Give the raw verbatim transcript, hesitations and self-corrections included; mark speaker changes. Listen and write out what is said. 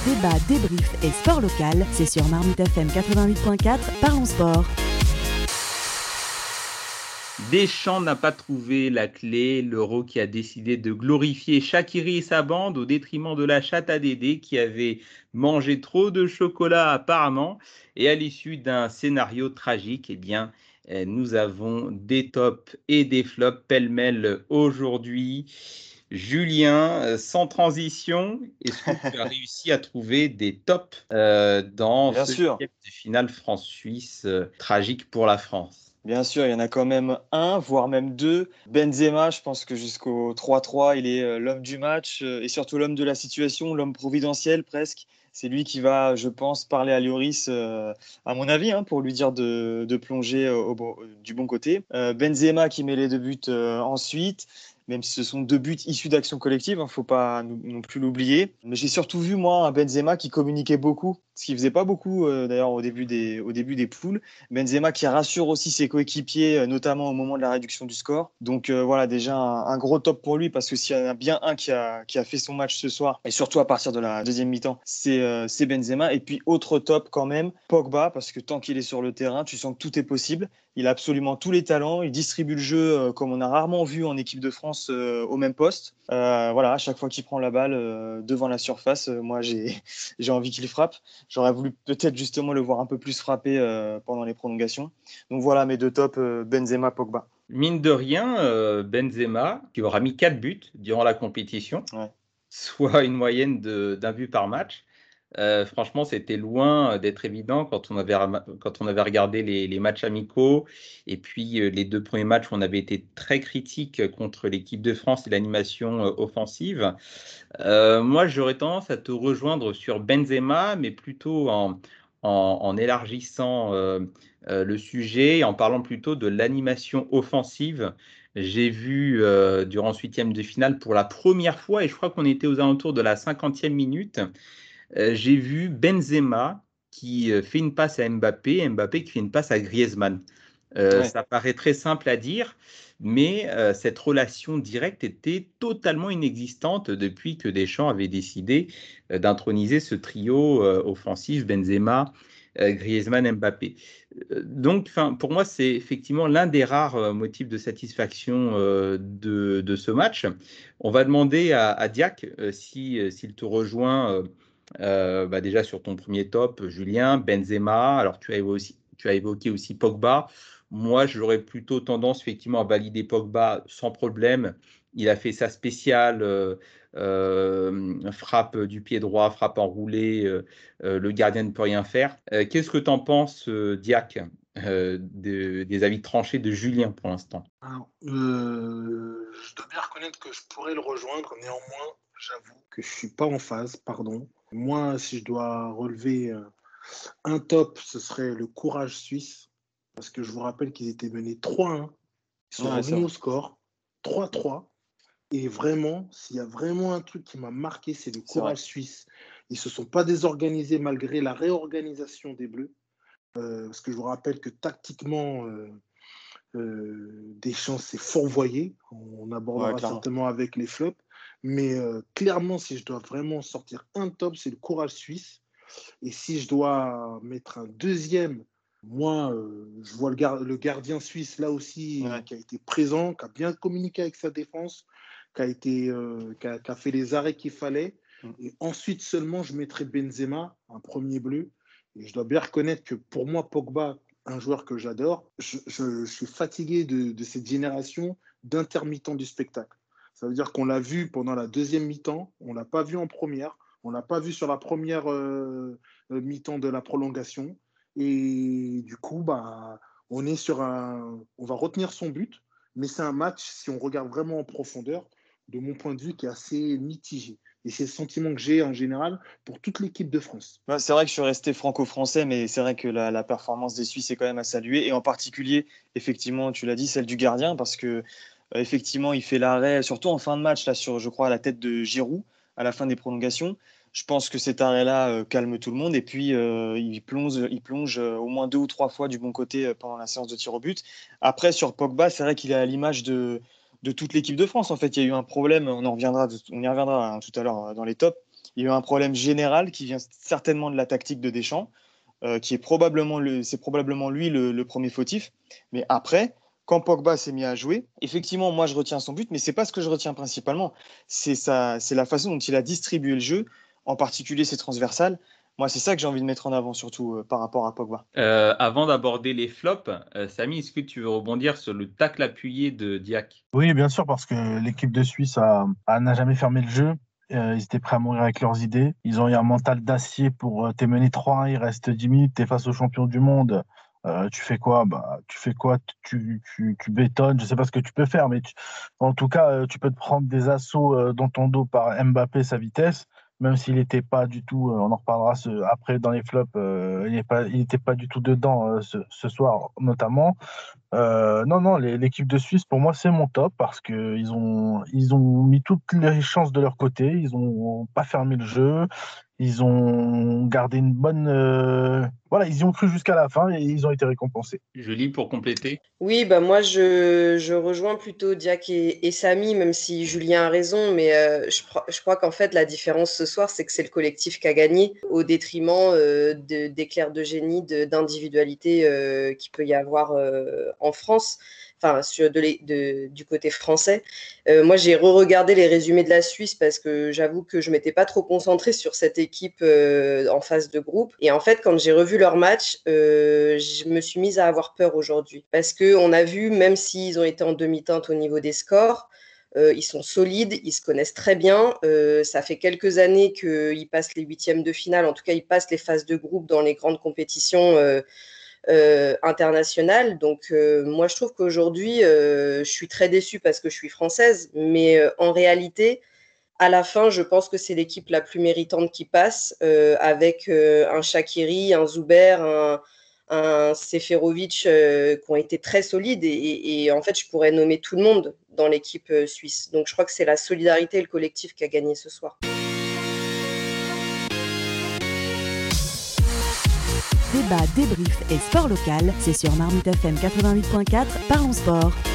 Speaker 1: Débat, débrief et sport local, c'est sur Marmite F M quatre-vingt-huit virgule quatre, parlons sport.
Speaker 2: Deschamps n'a pas trouvé la clé, l'Euro qui a décidé de glorifier Shaqiri et sa bande au détriment de la chatte à Dédé qui avait mangé trop de chocolat apparemment. Et à l'issue d'un scénario tragique, eh bien, nous avons des tops et des flops pêle-mêle aujourd'hui. Julien, sans transition, est-ce que tu as réussi à trouver des tops euh, dans
Speaker 3: Bien
Speaker 2: ce
Speaker 3: sûr.
Speaker 2: huitième de finale France-Suisse euh, tragique pour la France?
Speaker 3: Bien sûr, il y en a quand même un, voire même deux. Benzema, je pense que jusqu'au trois trois, il est l'homme du match et surtout l'homme de la situation, l'homme providentiel presque. C'est lui qui va, je pense, parler à Lloris, euh, à mon avis, hein, pour lui dire de, de plonger au, au, du bon côté. Euh, Benzema qui met les deux buts euh, ensuite, même si ce sont deux buts issus d'actions collectives, il hein, ne faut pas non, non plus l'oublier. Mais j'ai surtout vu, moi, un Benzema qui communiquait beaucoup, ce qu'il ne faisait pas beaucoup, euh, d'ailleurs, au début, des, au début des poules. Benzema qui rassure aussi ses coéquipiers, euh, notamment au moment de la réduction du score. Donc euh, voilà, déjà un, un gros top pour lui, parce que s'il y en a bien un qui a, qui a fait son match ce soir, et surtout à partir de la deuxième mi-temps, c'est, euh, c'est Benzema. Et puis autre top quand même, Pogba, parce que tant qu'il est sur le terrain, tu sens que tout est possible. Il a absolument tous les talents, il distribue le jeu euh, comme on a rarement vu en équipe de France euh, au même poste. Euh, voilà, à chaque fois qu'il prend la balle euh, devant la surface, euh, moi j'ai, j'ai envie qu'il frappe. J'aurais voulu peut-être justement le voir un peu plus frapper euh, pendant les prolongations. Donc voilà mes deux tops, euh, Benzema, Pogba.
Speaker 2: Mine de rien, euh, Benzema, qui aura mis quatre buts durant la compétition,
Speaker 3: Ouais.
Speaker 2: soit une moyenne de, d'un but par match. Euh, franchement, c'était loin d'être évident quand on avait, quand on avait regardé les, les matchs amicaux. Et puis, euh, les deux premiers matchs, on avait été très critiques contre l'équipe de France et l'animation euh, offensive. Euh, moi, j'aurais tendance à te rejoindre sur Benzema, mais plutôt en, en, en élargissant euh, euh, le sujet, et en parlant plutôt de l'animation offensive. J'ai vu euh, durant ce huitième de finale pour la première fois, et je crois qu'on était aux alentours de la cinquantième minute, euh, j'ai vu Benzema qui euh, fait une passe à Mbappé, Mbappé qui fait une passe à Griezmann. Euh,
Speaker 3: Ouais.
Speaker 2: ça paraît très simple à dire, mais euh, cette relation directe était totalement inexistante depuis que Deschamps avait décidé euh, d'introniser ce trio euh, offensif Benzema, euh, Griezmann, Mbappé. Euh, donc, pour moi, c'est effectivement l'un des rares euh, motifs de satisfaction euh, de, de, ce match. On va demander à, à Diac euh, si, euh, s'il te rejoint euh, euh, bah déjà sur ton premier top, Julien, Benzema. Alors, tu as évoqué aussi, tu as évoqué aussi Pogba. Moi, j'aurais plutôt tendance effectivement à valider Pogba sans problème. Il a fait sa spéciale euh, euh, frappe du pied droit, frappe enroulée. Euh, euh, le gardien ne peut rien faire. Euh, qu'est-ce que tu en penses, euh, Diac, euh, de, des avis tranchés de Julien pour l'instant?
Speaker 4: Alors, euh, je dois bien reconnaître que je pourrais le rejoindre. Néanmoins, j'avoue que je ne suis pas en phase, pardon. Moi, si je dois relever euh, un top, ce serait le courage suisse. Parce que je vous rappelle qu'ils étaient menés trois un. Ils sont
Speaker 3: Ouais,
Speaker 4: revenus au score trois trois. Et vraiment, s'il y a vraiment un truc qui m'a marqué, c'est le
Speaker 3: C'est
Speaker 4: courage
Speaker 3: vrai.
Speaker 4: suisse. Ils ne se sont pas désorganisés malgré la réorganisation des Bleus. Euh, parce que je vous rappelle que tactiquement, euh, euh, Deschamps s'est fourvoyé. On abordera
Speaker 3: Ouais,
Speaker 4: certainement avec les flops. Mais euh, clairement, si je dois vraiment sortir un top, c'est le courage suisse. Et si je dois mettre un deuxième, moi, euh, je vois le, gar- le gardien suisse là aussi
Speaker 3: ouais.
Speaker 4: qui a été présent, qui a bien communiqué avec sa défense, qui a, été, euh, qui a, qui a fait les arrêts qu'il fallait.
Speaker 3: Mm.
Speaker 4: Et ensuite seulement, je mettrai Benzema, un premier bleu. Et je dois bien reconnaître que pour moi, Pogba, un joueur que j'adore, je, je, je suis fatigué de, de cette génération d'intermittents du spectacle. Ça veut dire qu'on l'a vu pendant la deuxième mi-temps, on ne l'a pas vu en première. On ne l'a pas vu sur la première euh, mi-temps de la prolongation. Et du coup, bah, on est sur un. On va retenir son but, mais c'est un match, si on regarde vraiment en profondeur, de mon point de vue, qui est assez mitigé. Et c'est le sentiment que j'ai en général pour toute l'équipe de France.
Speaker 3: Ouais, c'est vrai que je suis resté franco-français, mais c'est vrai que la, la performance des Suisses est quand même à saluer. Et en particulier, effectivement, tu l'as dit, celle du gardien, parce que euh, effectivement, il fait l'arrêt, surtout en fin de match, là, sur, je crois, à la tête de Giroud, à la fin des prolongations. Je pense que cet arrêt-là euh, calme tout le monde. Et puis, euh, il plonge, il plonge euh, au moins deux ou trois fois du bon côté euh, pendant la séance de tir au but. Après, sur Pogba, c'est vrai qu'il est à l'image de, de toute l'équipe de France. En fait, il y a eu un problème, on, en reviendra, on y reviendra hein, tout à l'heure euh, dans les tops. Il y a eu un problème général qui vient certainement de la tactique de Deschamps, euh, qui est probablement le, c'est probablement lui le, le premier fautif. Mais après, quand Pogba s'est mis à jouer, effectivement, moi je retiens son but, mais c'est pas ce que je retiens principalement. C'est ça, c'est la façon dont il a distribué le jeu, en particulier ses transversales. Moi, c'est ça que j'ai envie de mettre en avant, surtout euh, par rapport à Pogba.
Speaker 2: Euh, avant d'aborder les flops, euh, Samy, est-ce que tu veux rebondir sur le tacle appuyé de Diack?
Speaker 5: Oui, bien sûr, parce que l'équipe de Suisse a, a- n'a jamais fermé le jeu. Euh, ils étaient prêts à mourir avec leurs idées. Ils ont eu un mental d'acier pour euh, t'es mené trois un, il reste dix minutes, t'es face au champion du monde. Euh, tu fais quoi? Bah, tu fais quoi? Tu, tu, tu bétonnes, je sais pas ce que tu peux faire, mais tu- en tout cas, euh, tu peux te prendre des assauts euh, dans ton dos par Mbappé, sa vitesse, même s'il n'était pas du tout, euh, on en reparlera ce- après dans les flops, euh, il n'était pas, il était pas du tout dedans euh, ce, ce soir notamment. Euh, non, non, les- l'équipe de Suisse, pour moi, c'est mon top parce qu'ils ont, ils ont mis toutes les chances de leur côté. Ils ont pas fermé le jeu. Ils ont gardé une bonne. euh, Voilà, ils y ont cru jusqu'à la fin et ils ont été récompensés.
Speaker 2: Julie, pour compléter.
Speaker 6: Oui, bah moi je, je rejoins plutôt Diack et, et Samy, même si Julien a raison, mais euh, je, crois- je crois qu'en fait la différence ce soir, c'est que c'est le collectif qui a gagné au détriment euh, de, d'éclairs de génie, de, d'individualité euh, qu'il peut y avoir euh, en France, enfin sur de, l'é- de- du côté français. Euh, moi j'ai re-regardé les résumés de la Suisse parce que j'avoue que je m'étais pas trop concentrée sur cette équipe euh, en phase de groupe. Et en fait, quand j'ai revu leur match, euh, je me suis mise à avoir peur aujourd'hui parce que on a vu, même s'ils ont été en demi-teinte au niveau des scores, euh, ils sont solides, ils se connaissent très bien. Euh, ça fait quelques années qu'ils passent les huitièmes de finale, en tout cas ils passent les phases de groupe dans les grandes compétitions euh, euh, internationales. Donc euh, moi je trouve qu'aujourd'hui, euh, je suis très déçue parce que je suis française, mais euh, en réalité, à la fin, je pense que c'est l'équipe la plus méritante qui passe, euh, avec euh, un Shaqiri, un Zuber, un, un Seferovic euh, qui ont été très solides. Et, et- et en fait, je pourrais nommer tout le monde dans l'équipe euh, suisse. Donc, je crois que c'est la solidarité et le collectif qui a gagné ce soir.
Speaker 1: Débat, débrief et sport local, c'est sur Marmite F M quatre-vingt-huit point quatre, Parlons Sport.